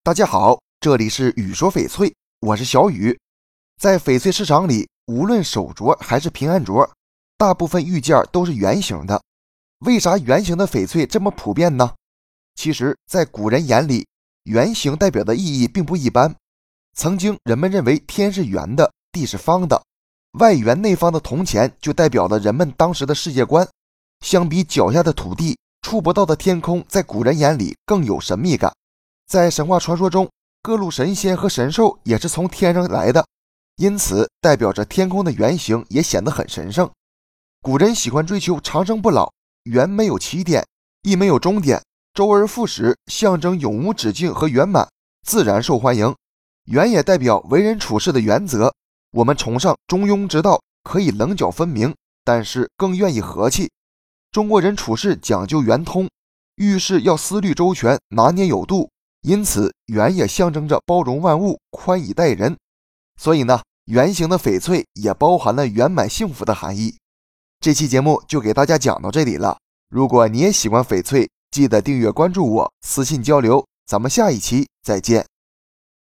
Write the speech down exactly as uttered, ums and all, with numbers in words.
大家好，这里是雨说翡翠，我是小雨。在翡翠市场里，无论手镯还是平安镯，大部分玉件都是圆形的。为啥圆形的翡翠这么普遍呢？其实，在古人眼里，圆形代表的意义并不一般。曾经人们认为天是圆的，地是方的，外圆内方的铜钱就代表了人们当时的世界观。相比脚下的土地，触不到的天空在古人眼里更有神秘感。在神话传说中，各路神仙和神兽也是从天上来的，因此代表着天空的圆形也显得很神圣。古人喜欢追求长生不老，圆没有起点，亦没有终点，周而复始，象征永无止境和圆满，自然受欢迎。圆也代表为人处事的原则，我们崇尚中庸之道，可以棱角分明，但是更愿意和气。中国人处事讲究圆通，遇事要思虑周全，拿捏有度，因此圆也象征着包容万物，宽以待人。所以呢，圆形的翡翠也包含了圆满幸福的含义。这期节目就给大家讲到这里了，如果你也喜欢翡翠，记得订阅关注我，私信交流，咱们下一期再见。